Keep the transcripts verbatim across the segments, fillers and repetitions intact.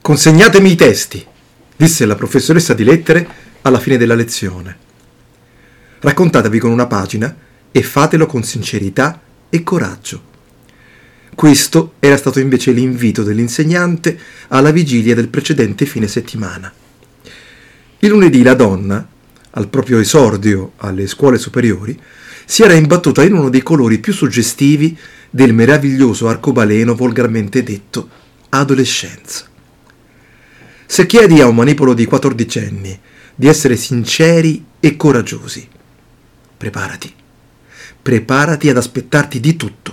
Consegnatemi i testi, disse la professoressa di lettere alla fine della lezione. Raccontatevi con una pagina e fatelo con sincerità e coraggio. Questo era stato invece l'invito dell'insegnante alla vigilia del precedente fine settimana. Il lunedì la donna, al proprio esordio alle scuole superiori, si era imbattuta in uno dei colori più suggestivi del meraviglioso arcobaleno volgarmente detto adolescenza. Se chiedi a un manipolo di quattordicenni di essere sinceri e coraggiosi, preparati, preparati ad aspettarti di tutto.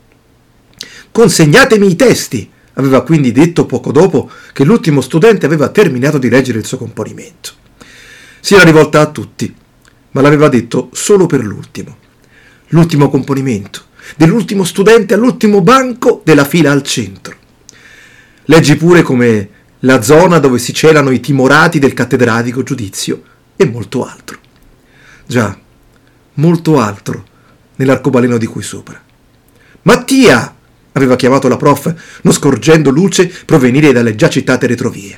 Consegnatemi i testi, aveva quindi detto poco dopo che l'ultimo studente aveva terminato di leggere il suo componimento. Si era rivolta a tutti, ma l'aveva detto solo per l'ultimo. L'ultimo componimento, dell'ultimo studente all'ultimo banco della fila al centro. Leggi pure come la zona dove si celano i timorati del cattedratico giudizio e molto altro. Già, molto altro nell'arcobaleno di qui sopra. Mattia! Aveva chiamato la prof, non scorgendo luce provenire dalle già citate retrovie.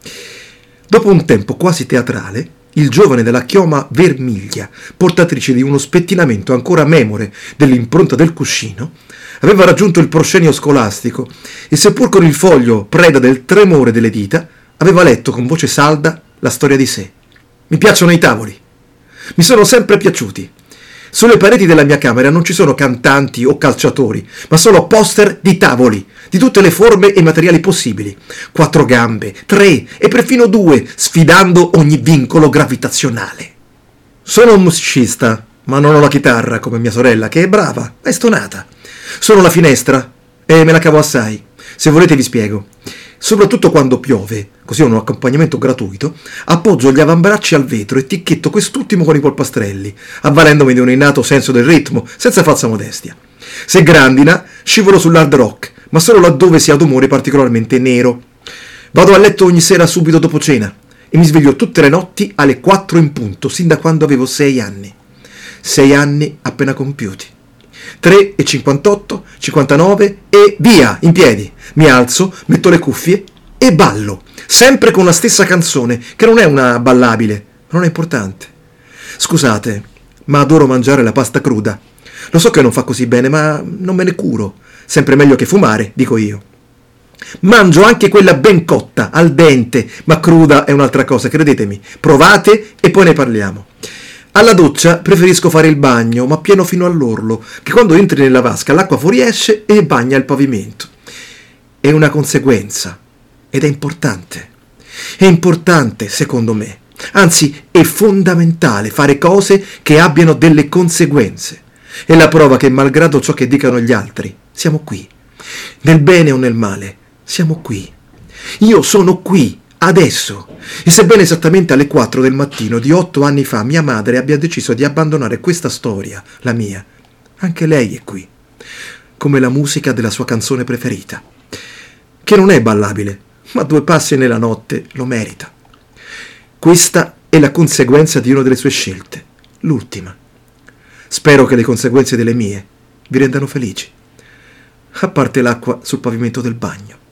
Dopo un tempo quasi teatrale, il giovane della chioma vermiglia, portatrice di uno spettinamento ancora memore dell'impronta del cuscino, aveva raggiunto il proscenio scolastico e, seppur con il foglio preda del tremore delle dita, aveva letto con voce salda la storia di sé. Mi piacciono i tavoli. Mi sono sempre piaciuti. Sulle pareti della mia camera non ci sono cantanti o calciatori, ma solo poster di tavoli, di tutte le forme e materiali possibili. Quattro gambe, tre e perfino due, sfidando ogni vincolo gravitazionale. Sono un musicista, ma non ho la chitarra come mia sorella, che è brava, è stonata. Sono la finestra e me la cavo assai. Se volete vi spiego. Soprattutto quando piove, così ho un accompagnamento gratuito, appoggio gli avambracci al vetro e ticchetto quest'ultimo con i polpastrelli, avvalendomi di un innato senso del ritmo, senza falsa modestia. Se grandina, scivolo sull'hard rock, ma solo laddove sia d'umore particolarmente nero. Vado a letto ogni sera subito dopo cena e mi sveglio tutte le notti alle quattro in punto, sin da quando avevo sei anni. Sei anni appena compiuti. tre e cinquantotto, cinquantanove e via, in piedi. Mi alzo, metto le cuffie e ballo, sempre con la stessa canzone, che non è una ballabile, ma non è importante. Scusate, ma adoro mangiare la pasta cruda. Lo so che non fa così bene, ma non me ne curo. Sempre meglio che fumare, dico io. Mangio anche quella ben cotta, al dente, ma cruda è un'altra cosa, credetemi. Provate e poi ne parliamo. Alla doccia preferisco fare il bagno, ma pieno fino all'orlo, che quando entri nella vasca l'acqua fuoriesce e bagna il pavimento. È una conseguenza, ed è importante. È importante, secondo me. Anzi, è fondamentale fare cose che abbiano delle conseguenze. È la prova che, malgrado ciò che dicano gli altri, siamo qui. Nel bene o nel male, siamo qui. Io sono qui. Adesso, e sebbene esattamente alle quattro del mattino di otto anni fa mia madre abbia deciso di abbandonare questa storia, la mia, anche lei è qui, come la musica della sua canzone preferita, che non è ballabile, ma due passi nella notte lo merita. Questa è la conseguenza di una delle sue scelte, l'ultima. Spero che le conseguenze delle mie vi rendano felici, a parte l'acqua sul pavimento del bagno.